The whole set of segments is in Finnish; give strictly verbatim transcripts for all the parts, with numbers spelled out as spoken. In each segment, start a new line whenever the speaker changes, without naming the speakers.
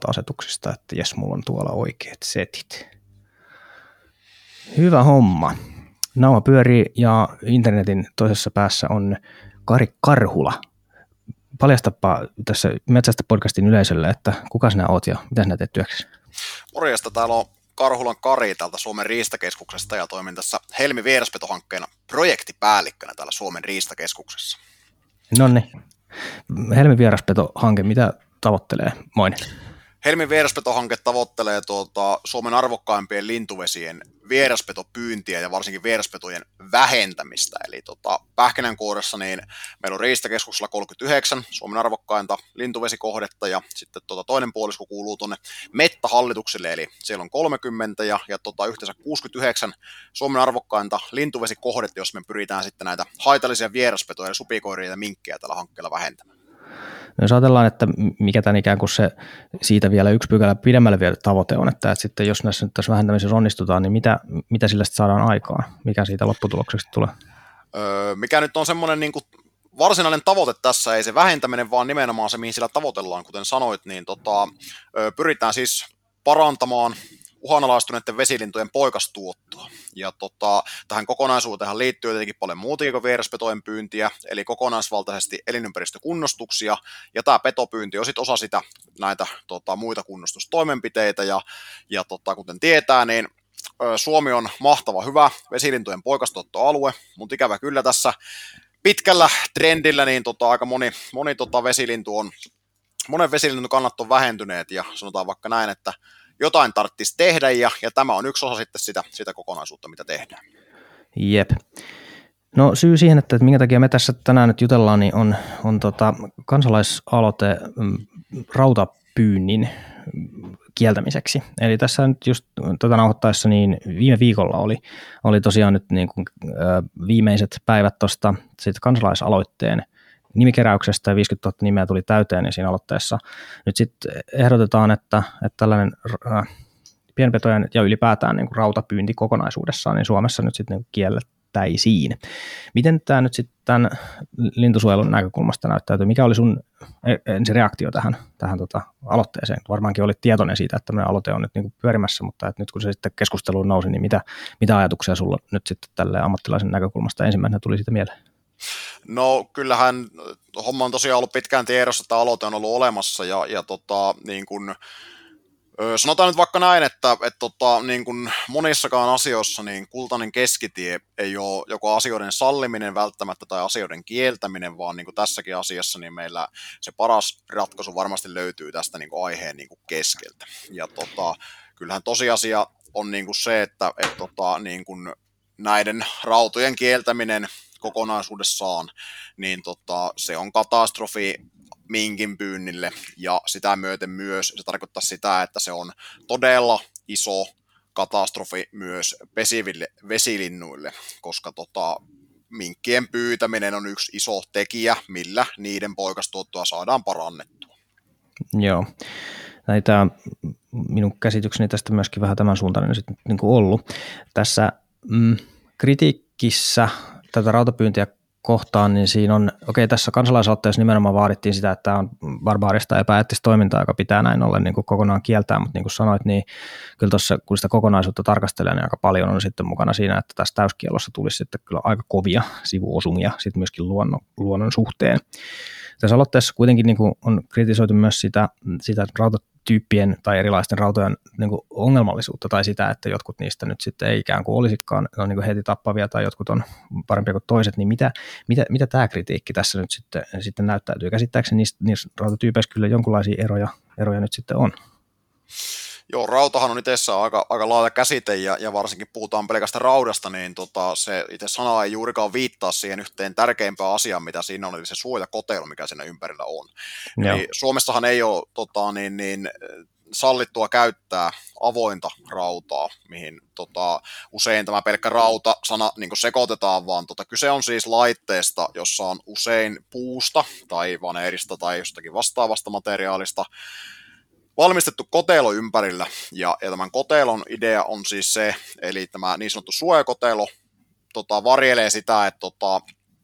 käyttöasetuksista, että jes, mulla on tuolla oikeat setit. Hyvä homma. Nauha pyörii ja internetin toisessa päässä on Kari Karhula. Paljastapa tässä Metsästä podcastin yleisölle, että kuka sinä oot ja mitä sinä teet työksessä?
Morjesta, täällä on Karhulan Kari täältä Suomen Riistakeskuksesta ja toimin tässä Helmi vieraspetohankkeena projektipäällikkönä täällä Suomen Riistakeskuksessa.
Nonni. Helmi vieraspetohanke, mitä tavoittelee? Moinen.
Helmin vieraspetohanke tavoittelee tuota Suomen arvokkaimpien lintuvesien vieraspetopyyntiä ja varsinkin vieraspetojen vähentämistä. Eli tota, Pähkinänkuoressa niin meillä on Riistakeskuksella kolmekymmentäyhdeksän Suomen arvokkainta lintuvesikohdetta ja sitten tota, toinen puolisko kuuluu tuonne Mettähallitukselle, eli siellä on kolmekymmentä ja, ja tota, yhteensä kuusikymmentäyhdeksän Suomen arvokkainta lintuvesikohdetta, jos me pyritään sitten näitä haitallisia vieraspetoja, supikoiria ja minkkejä tällä hankkeella vähentämään.
No jos ajatellaan, että mikä tämän ikään kuin se siitä vielä yksi pykälä pidemmälle vielä tavoite on, että, että sitten jos näissä nyt tässä vähentämisessä onnistutaan, niin mitä, mitä sillä sitten saadaan aikaan? Mikä siitä lopputulokseksi tulee?
Öö, mikä nyt on semmoinen niin kuin varsinainen tavoite tässä, ei se vähentäminen, vaan nimenomaan se, mihin sillä tavoitellaan, kuten sanoit, niin tota, öö, pyritään siis parantamaan uhanalaistuneiden vesilintujen poikastuottoa. Ja tota, tähän kokonaisuuteen liittyy tietenkin paljon muutakin kuin vieraspetojen pyyntiä, eli kokonaisvaltaisesti elinympäristökunnostuksia, ja tämä petopyynti on sitten osa sitä näitä tota, muita kunnostustoimenpiteitä, ja, ja tota, kuten tietää, niin ö, Suomi on mahtava hyvä vesilintujen poikastuottoalue, mutta ikävä kyllä tässä pitkällä trendillä niin tota, aika moni, moni tota, vesilintu on, monen vesilintun kannat on vähentyneet, ja sanotaan vaikka näin, että jotain tarvitsisi tehdä, ja, ja tämä on yksi osa sitten sitä, sitä kokonaisuutta, mitä tehdään.
Jep. No syy siihen, että minkä takia me tässä tänään nyt jutellaan, niin on, on tota kansalaisaloite rautapyynnin kieltämiseksi. Eli tässä nyt just tätä nauhoittaessa, niin viime viikolla oli, oli tosiaan nyt niin kuin, ö, viimeiset päivät tuosta kansalaisaloitteen nimikeräyksestä ja viisikymmentätuhatta nimeä tuli täyteen niin siinä aloitteessa. Nyt sitten ehdotetaan, että, että tällainen äh, pienpetojen ja ylipäätään niin kuin rautapyynti kokonaisuudessaan niin Suomessa nyt sitten niin kiellettäisiin. Miten tämä nyt sitten tämän lintusuojelun näkökulmasta näyttäytyy? Mikä oli sun ensi reaktio tähän, tähän tota aloitteeseen? Varmaankin olit tietoinen siitä, että tämmöinen aloite on nyt niin kuin pyörimässä, mutta että nyt kun se sitten keskusteluun nousi, niin mitä, mitä ajatuksia sulla nyt sitten tälle ammattilaisen näkökulmasta ensimmäisenä tuli siitä mieleen?
No kyllähän homma on tosiaan ollut pitkään tiedossa, että aloite on ollut olemassa ja, ja tota, niin kun, sanotaan nyt vaikka näin, että, että tota, niin kun monissakaan asioissa niin kultainen keskitie ei ole joko asioiden salliminen välttämättä tai asioiden kieltäminen, vaan niin kuin tässäkin asiassa niin meillä se paras ratkaisu varmasti löytyy tästä niin kuin aiheen niin kuin keskeltä. Ja tota, kyllähän tosiasia on niin kuin se, että et tota, niin kuin näiden rautojen kieltäminen kokonaisuudessaan, niin tota, se on katastrofi minkin pyynnille ja sitä myöten myös se tarkoittaa sitä, että se on todella iso katastrofi myös pesiville vesilinnuille, koska tota, minkkien pyytäminen on yksi iso tekijä, millä niiden poikastuottoa saadaan parannettua.
Joo, näitä minun käsitykseni tästä myöskin vähän tämän suuntainen sitten niin kuin ollut. Tässä mm, kritiikissä tätä rautapyyntiä kohtaan, niin siinä on, okei tässä kansalaisaloitteessa nimenomaan vaadittiin sitä, että tämä on barbaarista epäeettistä toimintaa, joka pitää näin ollen niin kuin kokonaan kieltää, mutta niin kuin sanoit, niin kyllä tuossa kun sitä kokonaisuutta tarkastelee, niin aika paljon on sitten mukana siinä, että tässä täyskielossa tulisi sitten kyllä aika kovia sivuosumia sitten myöskin luonnon, luonnon suhteen. Tässä aloitteessa kuitenkin niin kuin on kritisoitu myös sitä, sitä rautatyyppien tai erilaisten rautojen niin kuin ongelmallisuutta tai sitä, että jotkut niistä nyt sitten ei ikään kuin olisikaan on niin kuin heti tappavia tai jotkut on parempia kuin toiset, niin mitä, mitä, mitä tämä kritiikki tässä nyt sitten, sitten näyttäytyy? Käsittääkseni niissä, niissä rautatyypeissä kyllä jonkinlaisia eroja, eroja nyt sitten on.
Joo, rautahan on itsessään aika, aika laaja käsite ja, ja varsinkin puhutaan pelkästään raudasta, niin tota, se itse sana ei juurikaan viittaa siihen yhteen tärkeimpään asiaan, mitä siinä on, eli se suojakotelo, mikä siinä ympärillä on. Joo. Eli Suomessahan ei ole tota, niin, niin, sallittua käyttää avointa rautaa, mihin tota, usein tämä pelkkä rauta-sana niin kuin sekoitetaan, vaan tota, kyse on siis laitteesta, jossa on usein puusta tai vaneerista tai jostakin vastaavasta materiaalista valmistettu kotelo ympärillä, ja, ja tämän kotelon idea on siis se, eli tämä niin sanottu suojakotelo tota, varjelee sitä, että tota,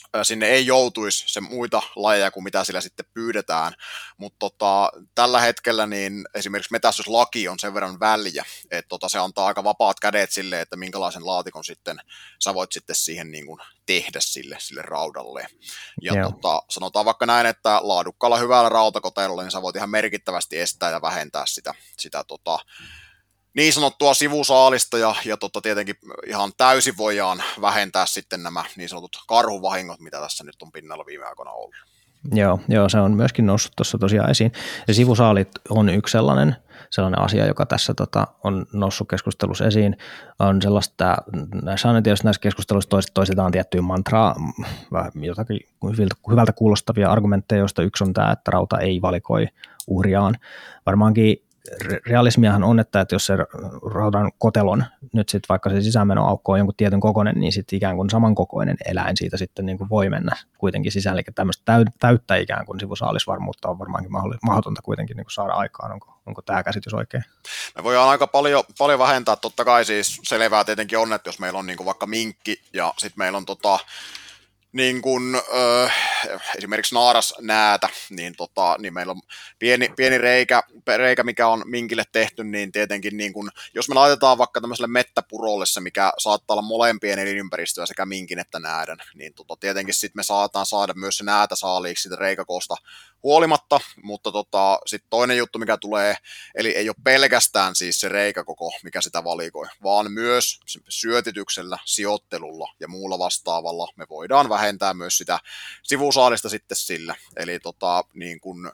sinne ei joutuisi se muita lajeja kuin mitä sillä sitten pyydetään, mutta tota, tällä hetkellä niin esimerkiksi metästyslaki on sen verran väljä, että tota, se antaa aika vapaat kädet sille, että minkälaisen laatikon sitten sä voit sitten siihen niin kuin tehdä sille, sille raudalle. Ja tota, sanotaan vaikka näin, että laadukkaalla hyvällä rautakoteella, niin sä voit ihan merkittävästi estää ja vähentää sitä, sitä tota, niin sanottua sivusaalista ja, ja totta tietenkin ihan täysin voidaan vähentää sitten nämä niin sanotut karhuvahingot, mitä tässä nyt on pinnalla viime aikoina ollut.
Joo, joo, se on myöskin noussut tuossa tosiaan esiin. Ja sivusaalit on yksi sellainen, sellainen asia, joka tässä tota, on noussut keskustelussa esiin. On sellaista, näissä on tietysti näissä keskusteluissa toistetaan tiettyä mantraa, jotakin hyvältä kuulostavia argumentteja, joista yksi on tämä, että rauta ei valikoi uhriaan. Varmaankin realismiahan on, että jos se raudan kotelon, nyt sitten vaikka se sisäänmenoaukko on jonkun tietyn kokoinen, niin sitten ikään kuin samankokoinen eläin siitä sitten niin kuin voi mennä kuitenkin sisään. Eli tämmöistä täyttä ikään kuin sivusaalisvarmuutta on varmaankin mahdotonta kuitenkin niin kuin saada aikaan. Onko, onko tämä käsitys oikein?
Me voidaan aika paljon, paljon vähentää. Totta kai siis selvää tietenkin on, että jos meillä on niin kuin vaikka minkki ja sitten meillä on tota, niin kuin, ö, esimerkiksi naarasnäätä, niin, tota, niin meillä on pieni, pieni reikä, reikä, mikä on minkille tehty, niin tietenkin niin kuin, jos me laitetaan vaikka tämmöiselle mettäpurolle se, mikä saattaa olla molempien elinympäristöä sekä minkin että näädän, niin tota, tietenkin sitten me saataan saada myös se näätä saaliiksi siitä reikäkoosta huolimatta, mutta tota, sitten toinen juttu, mikä tulee, eli ei ole pelkästään siis se reikäkoko, mikä sitä valikoi, vaan myös syötityksellä, sijoittelulla ja muulla vastaavalla me voidaan vähentää myös sitä sivusaalista sitten sillä. Eli tota, niin kun,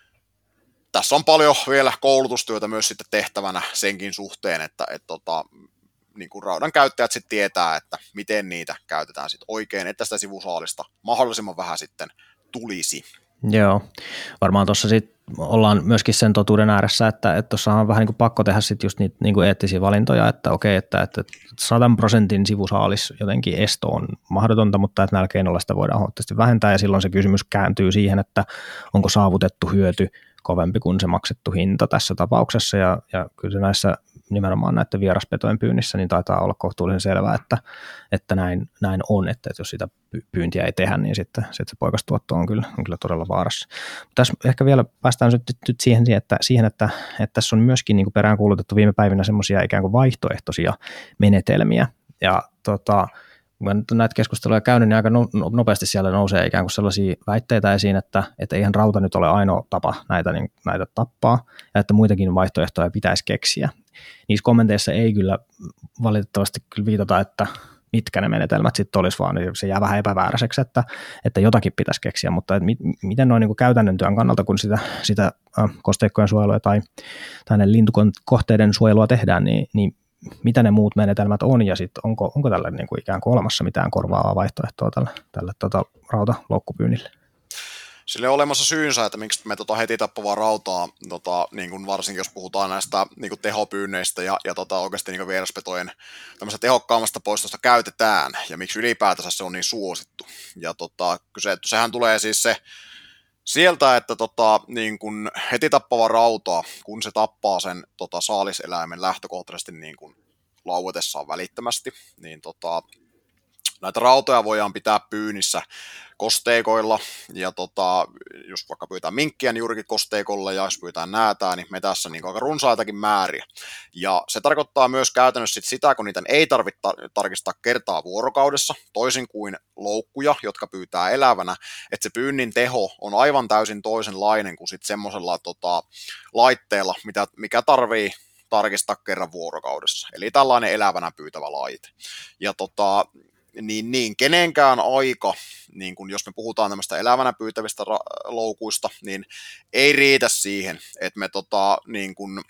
tässä on paljon vielä koulutustyötä myös sitten tehtävänä senkin suhteen, että et tota, niin kun raudan käyttäjät sitten tietää, että miten niitä käytetään sitten oikein, että sitä sivusaalista mahdollisimman vähän sitten tulisi.
Joo, varmaan tuossa sitten ollaan myöskin sen totuuden ääressä, että tuossa on vähän niin kuin pakko tehdä sitten just niitä niin kuin eettisiä valintoja, että okei, että, että sadan prosentin sivusaalis jotenkin esto on mahdotonta, mutta että näillä keinoilla sitä voidaan huomattavasti vähentää ja silloin se kysymys kääntyy siihen, että onko saavutettu hyöty kovempi kuin se maksettu hinta tässä tapauksessa ja, ja kyllä se näissä nimenomaan näiden vieraspetojen pyynnissä, niin taitaa olla kohtuullisen selvää, että, että näin, näin on, että, että jos sitä pyyntiä ei tehdä, niin sitten, sitten se poikastuotto on kyllä, on kyllä todella vaarassa. Mutta tässä ehkä vielä päästään nyt, nyt siihen, että, siihen, että, että tässä on myöskin niin kuin peräänkuulutettu viime päivinä semmoisia ikään kuin vaihtoehtoisia menetelmiä, ja tota, kun nyt näitä keskusteluja käynyt, niin aika nopeasti siellä nousee ikään kuin sellaisia väitteitä esiin, että, että eihän rauta nyt ole ainoa tapa näitä, niin, näitä tappaa, ja että muitakin vaihtoehtoja pitäisi keksiä. Niissä kommenteissa ei kyllä valitettavasti kyllä viitata, että mitkä ne menetelmät sitten olisi, vaan se jää vähän epävääräiseksi, että, että jotakin pitäisi keksiä, mutta et mit, miten noin niin kuin käytännön työn kannalta, kun sitä, sitä äh, kosteikkojen suojelua tai, tai ne lintukohteiden suojelua tehdään, niin, niin mitä ne muut menetelmät on, ja sitten onko, onko tällä niin kuin ikään kuin olemassa mitään korvaavaa vaihtoehtoa tälle, tälle tota, rautaloukkupyynnille?
Sille on olemassa syynsä, että miksi me tota heti tappavaa rautaa, tota, niin kuin varsinkin jos puhutaan näistä niin kuin tehopyynneistä ja, ja tota, oikeasti niin kuin vieraspetojen tehokkaammasta poistosta käytetään, ja miksi ylipäätänsä se on niin suosittu. Ja tota, kyse, sehän tulee siis se sieltä, että tota, niin kun heti tappava rauta, kun se tappaa sen tota, saaliseläimen lähtökohtaisesti niin kun lauetessaan välittömästi, niin tota, näitä rautoja voidaan pitää pyynnissä kosteikoilla, ja tota, jos vaikka pyytää minkkiä, niin juurikin kosteikolla, ja jos pyytää näätää, niin me tässä niin aika runsaitakin määriä. Ja se tarkoittaa myös käytännössä sit sitä, kun niitä ei tarvitse tarkistaa kertaa vuorokaudessa, toisin kuin loukkuja, jotka pyytää elävänä, että se pyynnin teho on aivan täysin toisenlainen kuin sitten semmoisella tota, laitteella, mitä, mikä tarvii tarkistaa kerran vuorokaudessa. Eli tällainen elävänä pyytävä laite. Ja tota, niin, niin kenenkään aika, niin kun jos me puhutaan tämmöistä elävänä pyytävistä ra- loukuista, niin ei riitä siihen, että me tota, niin kun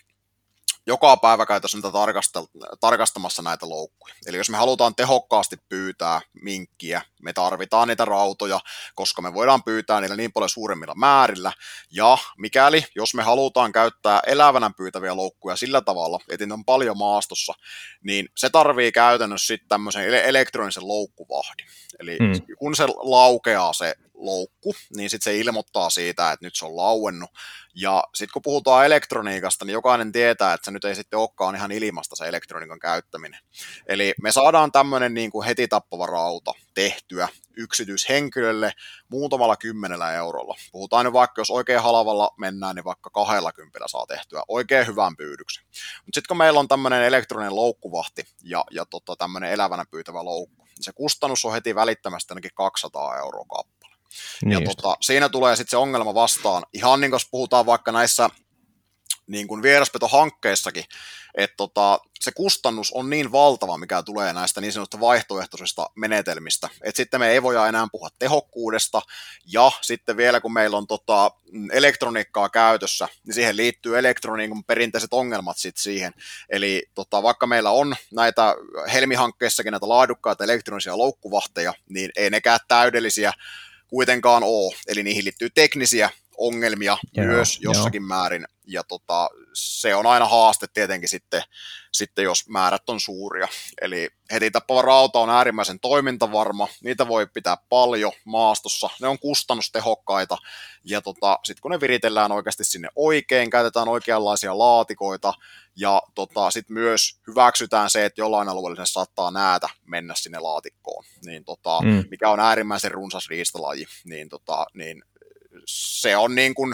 joka päivä käytäisiin niitä tarkastamassa näitä loukkuja. Eli jos me halutaan tehokkaasti pyytää minkkiä, me tarvitaan niitä rautoja, koska me voidaan pyytää niillä niin paljon suuremmilla määrillä. Ja mikäli, jos me halutaan käyttää elävänä pyytäviä loukkuja sillä tavalla, että ne on paljon maastossa, niin se tarvii käytännössä sitten tämmöisen elektronisen loukkuvahdin. Eli hmm. kun se laukeaa se loukku, niin sitten se ilmoittaa siitä, että nyt se on lauennut. Ja sitten kun puhutaan elektroniikasta, niin jokainen tietää, että se nyt ei sitten olekaan ihan ilmasta se elektroniikan käyttäminen. Eli me saadaan tämmöinen niin kuin heti tappava rauta tehtyä yksityishenkilölle muutamalla kymmenellä eurolla. Puhutaan nyt vaikka, jos oikein halvalla mennään, niin vaikka kahdella kympillä saa tehtyä oikein hyvän pyydyksen. Mutta sitten kun meillä on tämmöinen elektroninen loukkuvahti ja, ja tota, tämmöinen elävänä pyytävä loukku, niin se kustannus on heti välittömästi ainakin kaksisataa euroa kappale. Niin ja tota, siinä tulee sitten se ongelma vastaan, ihan niin kuin puhutaan vaikka näissä niin kuin vieraspetohankkeissakin, että tota, se kustannus on niin valtava, mikä tulee näistä niin sanotusta vaihtoehtoisista menetelmistä, että sitten me ei voida enää puhua tehokkuudesta, ja sitten vielä kun meillä on tota, elektroniikkaa käytössä, niin siihen liittyy elektroniikan perinteiset ongelmat sitten siihen, eli tota, vaikka meillä on näitä Helmi-hankkeissakin näitä laadukkaita elektronisia loukkuvahteja, niin ei nekään täydellisiä kuitenkaan ole, eli niihin liittyy teknisiä ongelmia joo, myös jossakin joo. määrin, ja tota, se on aina haaste tietenkin sitten, sitten, jos määrät on suuria. Eli heti tappava rauta on äärimmäisen toimintavarma, niitä voi pitää paljon maastossa, ne on kustannustehokkaita, ja tota, sitten kun ne viritellään oikeasti sinne oikein, käytetään oikeanlaisia laatikoita, ja tota, sitten myös hyväksytään se, että jollain alueella saattaa näätä mennä sinne laatikkoon, niin tota, mm. mikä on äärimmäisen runsas riistalaji, niin, tota, niin se on niin kuin,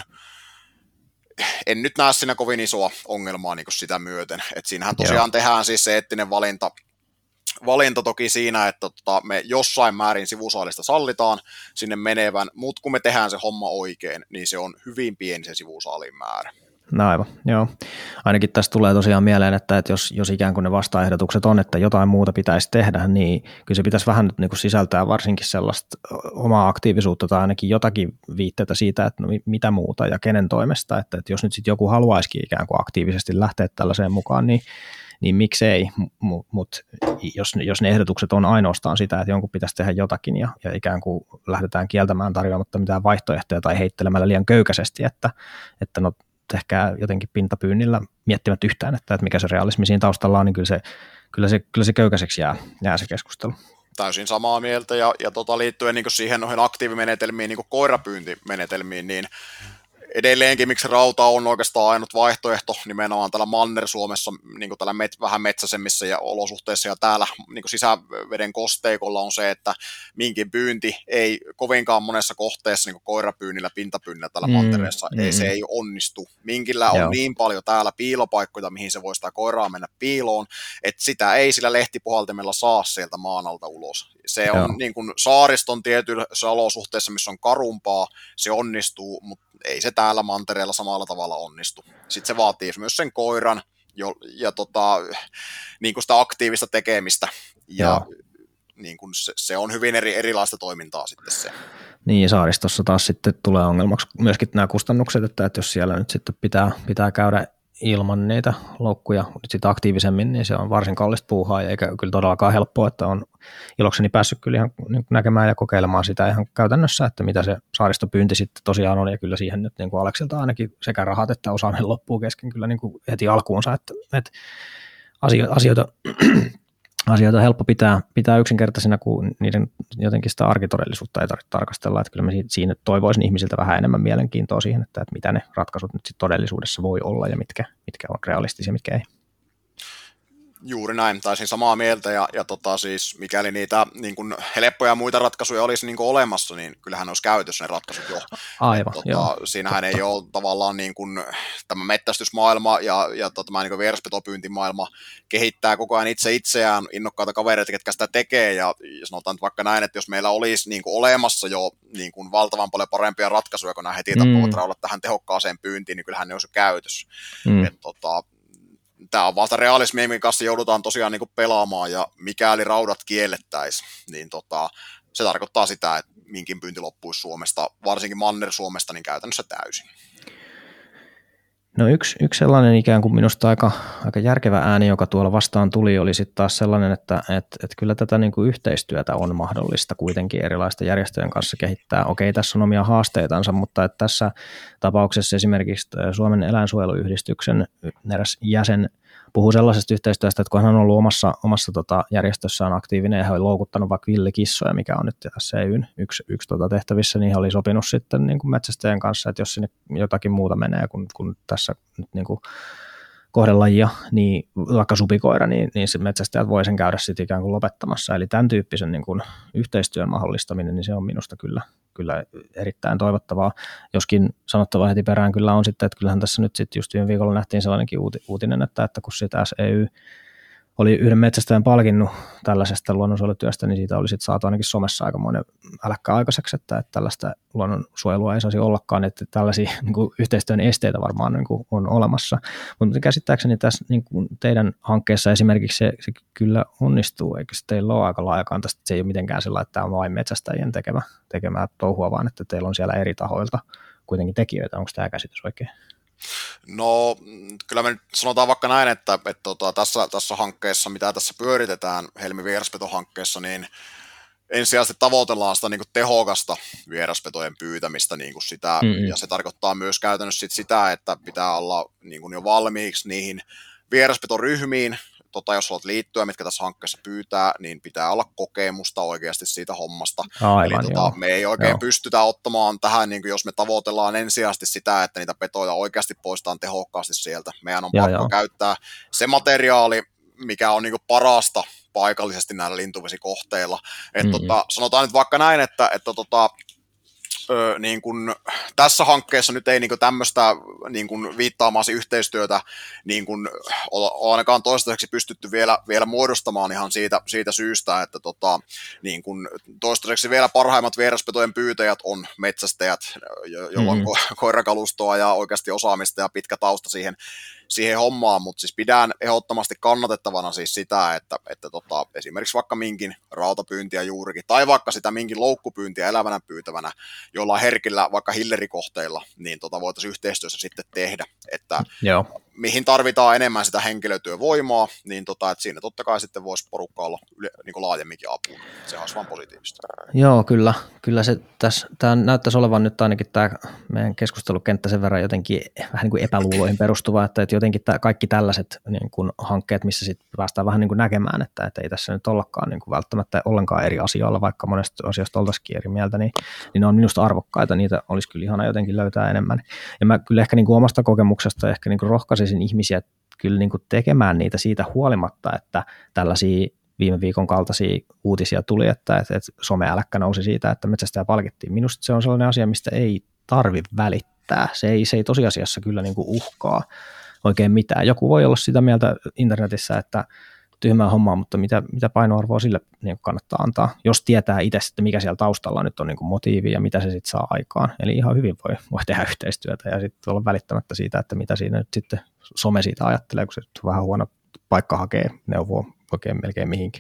en nyt näe siinä kovin isoa ongelmaa niin kuin sitä myöten, että siinähän tosiaan Joo. tehdään siis se eettinen valinta, valinta toki siinä, että tota, me jossain määrin sivusaalista sallitaan sinne menevän, mutta kun me tehdään se homma oikein, niin se on hyvin pieni se sivusaalin määrä.
No aivan, joo. Ainakin tässä tulee tosiaan mieleen, että, että jos, jos ikään kuin ne vastaehdotukset on, että jotain muuta pitäisi tehdä, niin kyllä se pitäisi vähän nyt niin kuin sisältää varsinkin sellaista omaa aktiivisuutta tai ainakin jotakin viitteitä siitä, että no, mitä muuta ja kenen toimesta, että, että jos nyt sitten joku haluaisikin ikään kuin aktiivisesti lähteä tällaiseen mukaan, niin niin miksei, mutta mut, jos, jos ne ehdotukset on ainoastaan sitä, että jonkun pitäisi tehdä jotakin ja, ja ikään kuin lähdetään kieltämään tarjoamatta mitään vaihtoehtoja tai heittelemällä liian köykäisesti, että, että no tehkää jotenkin pintapyynnillä miettimät yhtään, että, että mikä se realismi siinä taustalla on, niin kyllä se, kyllä se, kyllä se köykäiseksi jää, jää se keskustelu.
Täysin samaa mieltä, ja, ja tota, liittyen niin siihen noihin aktiivimenetelmiin, niin kuin koirapyyntimenetelmiin, niin edelleenkin, miksi rauta on oikeastaan ainut vaihtoehto nimenomaan täällä Manner-Suomessa, niin kuin täällä met, vähän metsäisemmissä ja olosuhteissa, ja täällä niin kuin sisäveden kosteikolla on se, että minkin pyynti ei kovinkaan monessa kohteessa niin kuin koirapyynnillä, pintapyynnillä täällä mm, Mantereessa, mm. ei, se ei onnistu. Minkillä on Joo. niin paljon täällä piilopaikkoja, mihin se voi sitä koiraa mennä piiloon, että sitä ei sillä lehtipuhaltimella saa sieltä maan alta ulos. Se on Joo. niin kuin saariston tietyissä olosuhteissa, missä on karumpaa, se onnistuu, mutta ei se täällä mantereella samalla tavalla onnistu. Sitten se vaatii myös sen koiran jo, ja tota, niin kuin sitä aktiivista tekemistä, ja niin kuin se, se on hyvin eri, erilaista toimintaa sitten se.
Niin, ja saaristossa taas sitten tulee ongelmaksi myöskin nämä kustannukset, että, että jos siellä nyt sitten pitää, pitää käydä ilman niitä loukkuja nyt sitten aktiivisemmin, niin se on varsin kallista puuhaa, ja eikä kyllä todellakaan helppoa, että on ilokseni päässyt kyllä ihan näkemään ja kokeilemaan sitä ihan käytännössä, että mitä se saaristopyynti sitten tosiaan on, ja kyllä siihen nyt niin kuin Aleksilta ainakin sekä rahat että osaaminen loppuu kesken kyllä niin kuin heti alkuunsa, että, että asioita, asioita on helppo pitää, pitää yksinkertaisina, kun niiden jotenkin sitä arkitodellisuutta ei tarvitse tarkastella, että kyllä mä siinä toivoisin ihmisiltä vähän enemmän mielenkiintoa siihen, että, että mitä ne ratkaisut nyt sit todellisuudessa voi olla ja mitkä, mitkä on realistisia, mitkä ei.
Juuri näin, taisin samaa mieltä, ja, ja tota, siis, mikäli niitä niin kun helppoja muita ratkaisuja olisi niin kun olemassa, niin kyllähän ne olisi käytössä ne ratkaisut jo.
Aivan,
tota,
joo.
Siinähän ei ole tavallaan niin kun, tämä mettästysmaailma ja, ja tota, niin vieraspetopyyntimaailma kehittää koko ajan itse itseään, innokkaita kavereita, ketkä sitä tekee, ja, ja sanotaan vaikka näin, että jos meillä olisi niin kun olemassa jo niin kun valtavan paljon parempia ratkaisuja, kun nämä heti tappavat mm. raudat tähän tehokkaaseen pyyntiin, niin kyllähän ne olisi jo käytössä. Mm. Et, tota, Tämä on vasta realismi, minkä kanssa joudutaan tosiaan niin kuin pelaamaan, ja mikäli raudat kiellettäisiin, niin tota, se tarkoittaa sitä, että minkin pyynti loppuisi Suomesta, varsinkin Manner-Suomesta, niin käytännössä täysin.
No yksi, yksi sellainen ikään kuin minusta aika, aika järkevä ääni, joka tuolla vastaan tuli, oli sitten taas sellainen, että et, et kyllä tätä niin kuin yhteistyötä on mahdollista kuitenkin erilaisten järjestöjen kanssa kehittää. Okei, tässä on omia haasteitansa, mutta että tässä tapauksessa esimerkiksi Suomen eläinsuojeluyhdistyksen eräs jäsen puhuu sellaisesta yhteistyöstä, että kun hän on ollut omassa, omassa tota, järjestössään aktiivinen ja hän oli loukuttanut vaikka villikissoja, mikä on nyt tässä E Y:n yksi, yksi tota tehtävissä, niin hän oli sopinut sitten niin kuin metsästäjän kanssa, että jos sinne jotakin muuta menee kuin, kuin tässä nyt niin kuin kohdelajia, niin vaikka supikoira, niin, niin se metsästäjät voi sen käydä sitten ikään kuin lopettamassa. Eli tämän tyyppisen niin kuin yhteistyön mahdollistaminen, niin se on minusta kyllä, kyllä erittäin toivottavaa. Joskin sanottava heti perään kyllä on sitten, että kyllähän tässä nyt sitten just viime viikolla nähtiin sellainenkin uutinen, että, että kun sitten S E Y oli yhden metsästäjän palkinnut tällaisesta luonnonsuojelutyöstä, niin siitä oli sitten saatu ainakin somessa aikamoinen äläkkä aikaiseksi, että, että tällaista luonnonsuojelua ei saisi ollakaan, että tällaisia niin kuin yhteistyön esteitä varmaan niin kuin on olemassa. Mutta käsittääkseni tässä niin kuin teidän hankkeessa esimerkiksi se, se kyllä onnistuu, eikö se teillä ole aika laajakantaista, että se ei ole mitenkään sellainen, että tämä on vain metsästäjien tekemä, tekemää touhua, vaan että teillä on siellä eri tahoilta kuitenkin tekijöitä. Onko tämä käsitys oikein?
No kyllä me nyt sanotaan vaikka näin, että, että tota, tässä, tässä hankkeessa, mitä tässä pyöritetään Helmi-vieraspetohankkeessa, niin ensisijaisesti tavoitellaan sitä niin kuin tehokasta vieraspetojen pyytämistä, niin kuin sitä, mm-hmm. ja se tarkoittaa myös käytännössä sit sitä, että pitää olla niin kuin jo valmiiksi niihin vieraspetoryhmiin, tota, jos haluat liittyä, mitkä tässä hankkeessa pyytää, niin pitää olla kokemusta oikeasti siitä hommasta.
Aivan,
Eli tota, me ei oikein joo. pystytä ottamaan tähän, niin jos me tavoitellaan ensisijaisesti sitä, että niitä petoja oikeasti poistetaan tehokkaasti sieltä. Meidän on joo, pakko joo. käyttää se materiaali, mikä on niin parasta paikallisesti näillä lintuvesikohteilla. Et, mm-hmm. tota, sanotaan nyt vaikka näin, että, että tota, Öö, niin kun, tässä hankkeessa nyt ei niin tämmöistä niin viittaamaasi yhteistyötä niin kun, ole ainakaan toistaiseksi pystytty vielä, vielä muodostamaan ihan siitä, siitä syystä, että tota, niin kun, toistaiseksi vielä parhaimmat vieraspetojen pyytäjät on metsästäjät, joilla on mm-hmm. koirakalustoa ja oikeasti osaamista ja pitkä tausta siihen, siihen hommaan, mutta siis pidän ehdottomasti kannatettavana siis sitä, että, että tota, esimerkiksi vaikka minkin rautapyyntiä juurikin, tai vaikka sitä minkin loukkupyyntiä elävänä pyytävänä, jolla herkillä vaikka hillerikohteilla, niin tota voitaisiin yhteistyössä sitten tehdä, että Joo. mihin tarvitaan enemmän sitä henkilötyövoimaa, niin tota, että siinä totta kai sitten voisi porukka olla yle, niin laajemminkin apuun. Se olisi vaan positiivista.
Joo, kyllä. Kyllä se tässä, tämä näyttäisi olevan nyt ainakin tämä meidän keskustelukenttä sen verran jotenkin vähän niin kuin epäluuloihin perustuva, että, että jotenkin tämä, kaikki tällaiset niin kuin hankkeet, missä sitten päästään vähän niin kuin näkemään, että, että ei tässä nyt ollakaan niin kuin välttämättä ollenkaan eri asioilla, vaikka monesta asiasta oltaisikin eri mieltä, niin, niin ne on minusta arvokkaita, niitä olisi kyllä ihana jotenkin löytää enemmän. Ja mä kyllä ehkä niin kuin omasta kokemuksesta ehkä niin kuin rohkaisisin ihmisiä kyllä niin kuin tekemään niitä siitä huolimatta, että tällaisia viime viikon kaltaisia uutisia tuli, että, että, että some-äläkkä nousi siitä, että metsästäjä palkittiin. Minusta se on sellainen asia, mistä ei tarvitse välittää. Se ei, se ei tosiasiassa kyllä niin kuin uhkaa oikein mitään. Joku voi olla sitä mieltä internetissä, että tyhmää hommaa, mutta mitä, mitä painoarvoa sille niin kannattaa antaa, jos tietää itse, että mikä siellä taustalla nyt on niin kuin motiivi ja mitä se sitten saa aikaan. Eli ihan hyvin voi, voi tehdä yhteistyötä ja sitten olla välittämättä siitä, että mitä siinä nyt sitten some siitä ajattelee, kun se on vähän huono paikka hakee neuvoa oikein melkein mihinkin.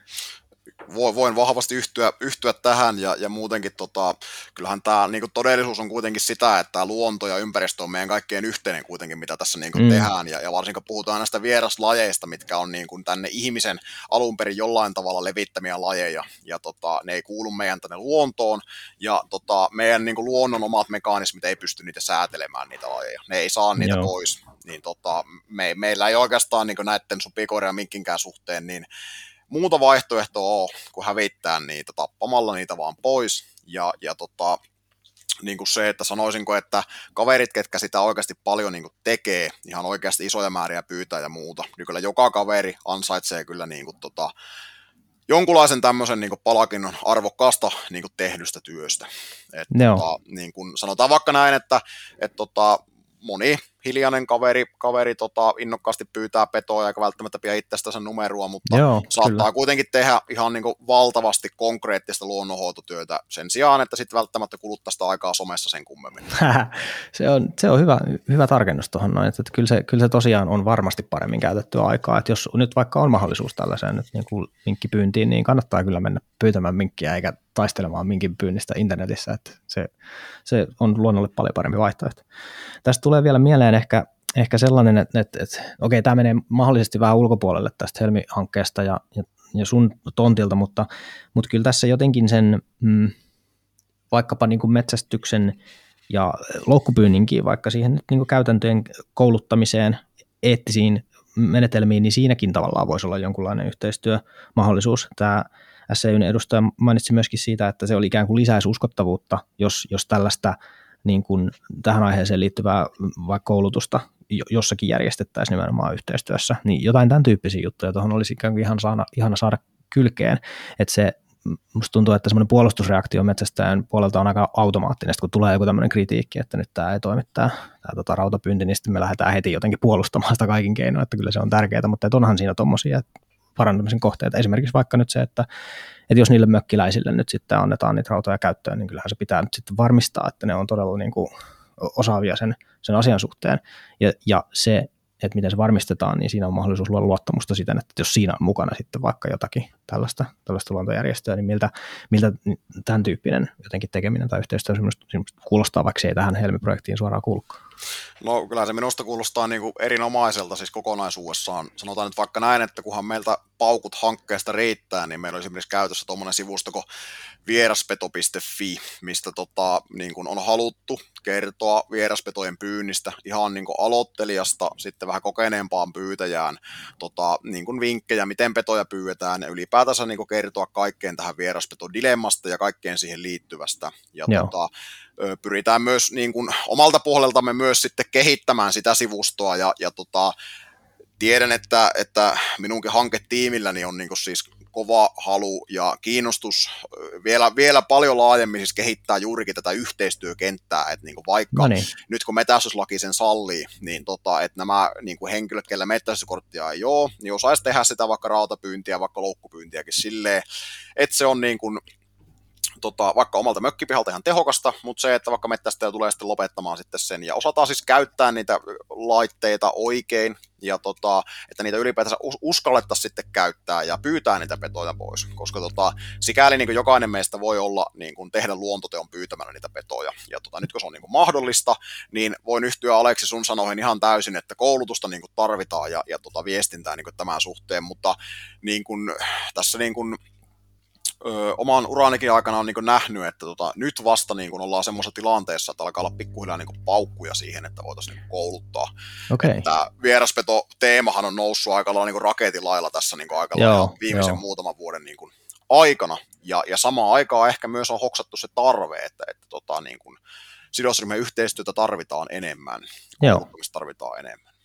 Voin vahvasti yhtyä, yhtyä tähän ja, ja muutenkin tota, kyllähän tämä niin todellisuus on kuitenkin sitä, että tämä luonto ja ympäristö on meidän kaikkien yhteinen kuitenkin, mitä tässä niin mm. tehdään ja, ja varsinkin puhutaan näistä vieraslajeista, mitkä on niin kuin tänne ihmisen alun perin jollain tavalla levittämiä lajeja ja tota, ne ei kuulu meidän tänne luontoon ja tota, meidän niin kuin luonnon omat mekanismit ei pysty niitä säätelemään niitä lajeja, ne ei saa niitä Joo. pois, niin tota, me, meillä ei oikeastaan niin kuin näiden supikoira ja minkinkään suhteen niin muuta vaihtoehtoa on, kun hävittää niitä tappamalla niitä vaan pois. Ja, ja tota, niin kuin se, että sanoisinko, että kaverit, ketkä sitä oikeasti paljon niin kuin tekee, ihan oikeasti isoja määriä pyytää ja muuta, niin kyllä joka kaveri ansaitsee kyllä niin kuin tota, jonkunlaisen tämmöisen niin kuin palkinnon arvokkaasta niin kuin tehdystä työstä. Et, tota, niin kuin sanotaan vaikka näin, että et, tota, moni hiljainen kaveri, kaveri tota, innokkaasti pyytää petoa eikä välttämättä pidä itsestänsä numeroa, mutta Joo, saattaa kyllä. kuitenkin tehdä ihan niin kuin valtavasti konkreettista luonnonhoitotyötä sen sijaan, että sitten välttämättä kuluttaa sitä aikaa somessa sen kummemmin.
se on, se on hyvä, hyvä tarkennus tuohon noin, että kyllä se, kyllä se tosiaan on varmasti paremmin käytettyä aikaa, että jos nyt vaikka on mahdollisuus tällaiseen nyt niin kuin minkkipyyntiin, niin kannattaa kyllä mennä pyytämään minkkiä eikä taistelemaan minkin pyynnistä internetissä, että se, se on luonnolle paljon parempi vaihtoehto. Tästä tulee vielä mieleen ehkä, ehkä sellainen, että, että, että okei, tämä menee mahdollisesti vähän ulkopuolelle tästä Helmi-hankkeesta ja, ja, ja sun tontilta, mutta, mutta kyllä tässä jotenkin sen mm, vaikkapa niin kuin metsästyksen ja loukkupyynninkin, vaikka siihen nyt niin kuin käytäntöjen kouluttamiseen, eettisiin menetelmiin, niin siinäkin tavallaan voisi olla jonkunlainen yhteistyömahdollisuus. Tämä S E Y:n edustaja mainitsi myöskin siitä, että se oli ikään kuin lisäisi uskottavuutta, jos, jos tällaista niin kuin tähän aiheeseen liittyvää vaikka koulutusta jossakin järjestettäisiin nimenomaan yhteistyössä, niin jotain tämän tyyppisiä juttuja tuohon olisi ikään kuin ihan saada, ihana saada kylkeen, että se musta tuntuu, että semmoinen puolustusreaktio metsästäjän puolelta on aika automaattinen, kun tulee joku tämmöinen kritiikki, että nyt tämä ei toimi tämä, tämä tota, rautapyynti, niin sitten me lähdetään heti jotenkin puolustamaan sitä kaikin keinoin, että kyllä se on tärkeää, mutta että onhan siinä tuommoisia parantamisen kohteita. Esimerkiksi vaikka nyt se, että, että jos niille mökkiläisille nyt sitten annetaan niitä rautoja käyttöön, niin kyllähän se pitää nyt sitten varmistaa, että ne on todella niin kuin osaavia sen, sen asian suhteen. Ja, ja se, että miten se varmistetaan, niin siinä on mahdollisuus luoda luottamusta siten, että jos siinä on mukana sitten vaikka jotakin tällaista, tällaista luontojärjestöä, niin miltä, miltä tämän tyyppinen jotenkin tekeminen tai yhteistyö kuulostaa, vaikka se ei tähän Helmi-projektiin suoraan kuulukaan.
No kyllä se minusta kuulostaa niin kuin erinomaiselta siis kokonaisuudessaan. Sanotaan nyt vaikka näin, että kunhan meiltä paukut hankkeesta riittää, niin meillä on esimerkiksi käytössä tuommoinen sivusto kuin vieraspeto piste fi, mistä tota, niin kuin on haluttu kertoa vieraspetojen pyynnistä ihan niin kuin aloittelijasta sitten vähän kokeneempaan pyytäjään tota, niin kuin vinkkejä, miten petoja pyydetään ja ylipäätänsä niin kuin kertoa kaikkeen tähän vieraspetodilemmasta ja kaikkeen siihen liittyvästä. Ja tota, pyritään myös niin kuin omalta puoleltamme myös sitten kehittämään sitä sivustoa ja, ja tota, tiedän, että, että minunkin hanketiimilläni on niin kuin siis kova halu ja kiinnostus vielä, vielä paljon laajemmin siis kehittää juurikin tätä yhteistyökenttää, että niin kuin vaikka no niin. Nyt kun metästyslaki sen sallii, niin tota, että nämä niin kuin henkilöt, kellä metästyskorttia ei ole, niin osaisi tehdä sitä vaikka rautapyyntiä, vaikka loukkupyyntiäkin silleen, että se on niin kuin Tota, vaikka omalta mökkipihalta ihan tehokasta, mutta se, että vaikka mettästäjä tulee sitten lopettamaan sitten sen, ja osataan siis käyttää niitä laitteita oikein, ja tota, että niitä ylipäätänsä uskallettaisiin sitten käyttää ja pyytää niitä petoja pois, koska tota, sikäli niin kuin jokainen meistä voi olla, niin kuin tehdä luontoteon pyytämällä niitä petoja, ja tota, nyt kun se on niin kuin mahdollista, niin voin yhtyä Aleksi sun sanoihin ihan täysin, että koulutusta niin kuin tarvitaan ja, ja tota, viestintää niin kuin tämän suhteen, mutta niin kuin, tässä niin kuin Öö, oman uranikin aikana on niin kuin nähnyt, että tota, nyt vasta niin kuin ollaan semmoisessa tilanteessa, että alkaa olla pikkuhiljaa niin kuin paukkuja siihen, että voitaisiin niin kuin kouluttaa. Okay. Tämä vieraspeto-teemahan on noussut aika lailla niin kuin raketilailla tässä niin kuin aika lailla viimeisen joo. muutaman vuoden niin kuin aikana, ja, ja samaan aikaan ehkä myös on hoksattu se tarve, että, että tota, niin kuin sidosryhmien yhteistyötä tarvitaan enemmän, kouluttamista tarvitaan enemmän.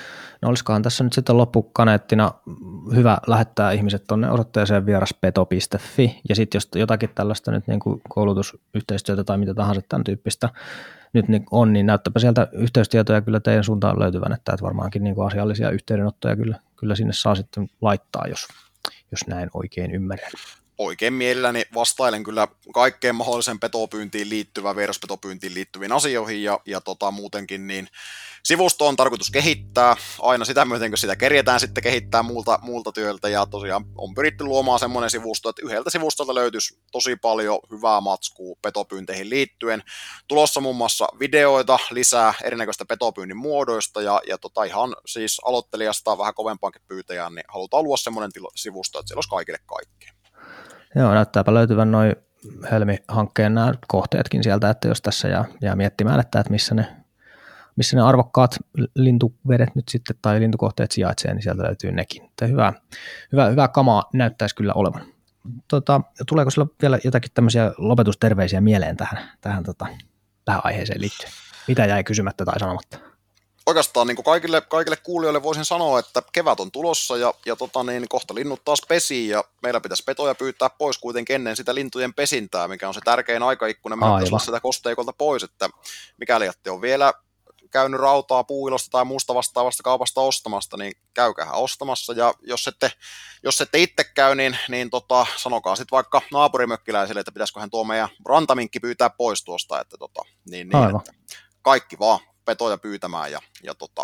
No olisikohan tässä nyt sitten loppukaneettina hyvä lähettää ihmiset tuonne osoitteeseen vieraspeto piste fi, ja sitten jos jotakin tällaista nyt niin kuin koulutusyhteistyötä tai mitä tahansa tämän tyyppistä nyt on, niin näyttääpä sieltä yhteystietoja kyllä teidän suuntaan löytyvän, että varmaankin niin kuin asiallisia yhteydenottoja kyllä, kyllä sinne saa sitten laittaa, jos, jos näin oikein ymmärrän.
Oikein mielelläni vastailen kyllä kaikkeen mahdollisen petopyyntiin liittyvään, vieraspetopyyntiin liittyviin asioihin ja, ja tota, muutenkin niin sivusto on tarkoitus kehittää aina sitä myöten, kun sitä kerjetään sitten kehittää muulta, muulta työltä ja tosiaan on pyritty luomaan semmoinen sivusto, että yhdeltä sivustolta löytyisi tosi paljon hyvää matskua petopyynteihin liittyen. Tulossa muun muassa videoita lisää erinäköistä petopyynnin muodoista ja, ja tota, ihan siis aloittelijasta vähän kovempaankin pyytäjään, niin halutaan luoda semmoinen tilo, sivusto, että siellä olisi kaikille kaikkea.
Joo, näyttääpä löytyvän noin Helmi-hankkeen nämä kohteetkin sieltä, että jos tässä jää, jää miettimään, että, että missä, ne, missä ne arvokkaat lintuvedet nyt sitten tai lintukohteet sijaitsee, niin sieltä löytyy nekin. Että hyvää, hyvää, hyvää kamaa näyttäisi kyllä olevan. Tota, tuleeko sinulla vielä jotakin tämmöisiä lopetusterveisiä mieleen tähän, tähän, tota, tähän aiheeseen liittyen? Mitä jäi kysymättä tai sanomatta?
Oikeastaan niin kuin kaikille, kaikille kuulijoille voisin sanoa, että kevät on tulossa ja, ja tota niin, kohta linnut taas pesii ja meillä pitäisi petoja pyytää pois kuitenkin ennen sitä lintujen pesintää, mikä on se tärkein aikaikkuna mennä sitä kosteikolta pois, että mikäli ette ole vielä käynyt rautaa puuilosta tai muusta vastaavasta kaupasta ostamasta, niin käykähän ostamassa ja jos ette, jos ette itse käy, niin, niin tota, sanokaa sitten vaikka naapurimökkiläisille, että pitäisiköhän tuo meidän rantaminkki pyytää pois tuosta, että, tota, niin, niin, että kaikki vaan petoja pyytämään ja, ja tota,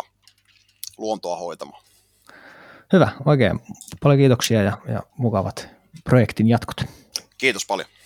luontoa hoitamaan.
Hyvä, oikein paljon kiitoksia ja, ja mukavat projektin jatkot.
Kiitos paljon.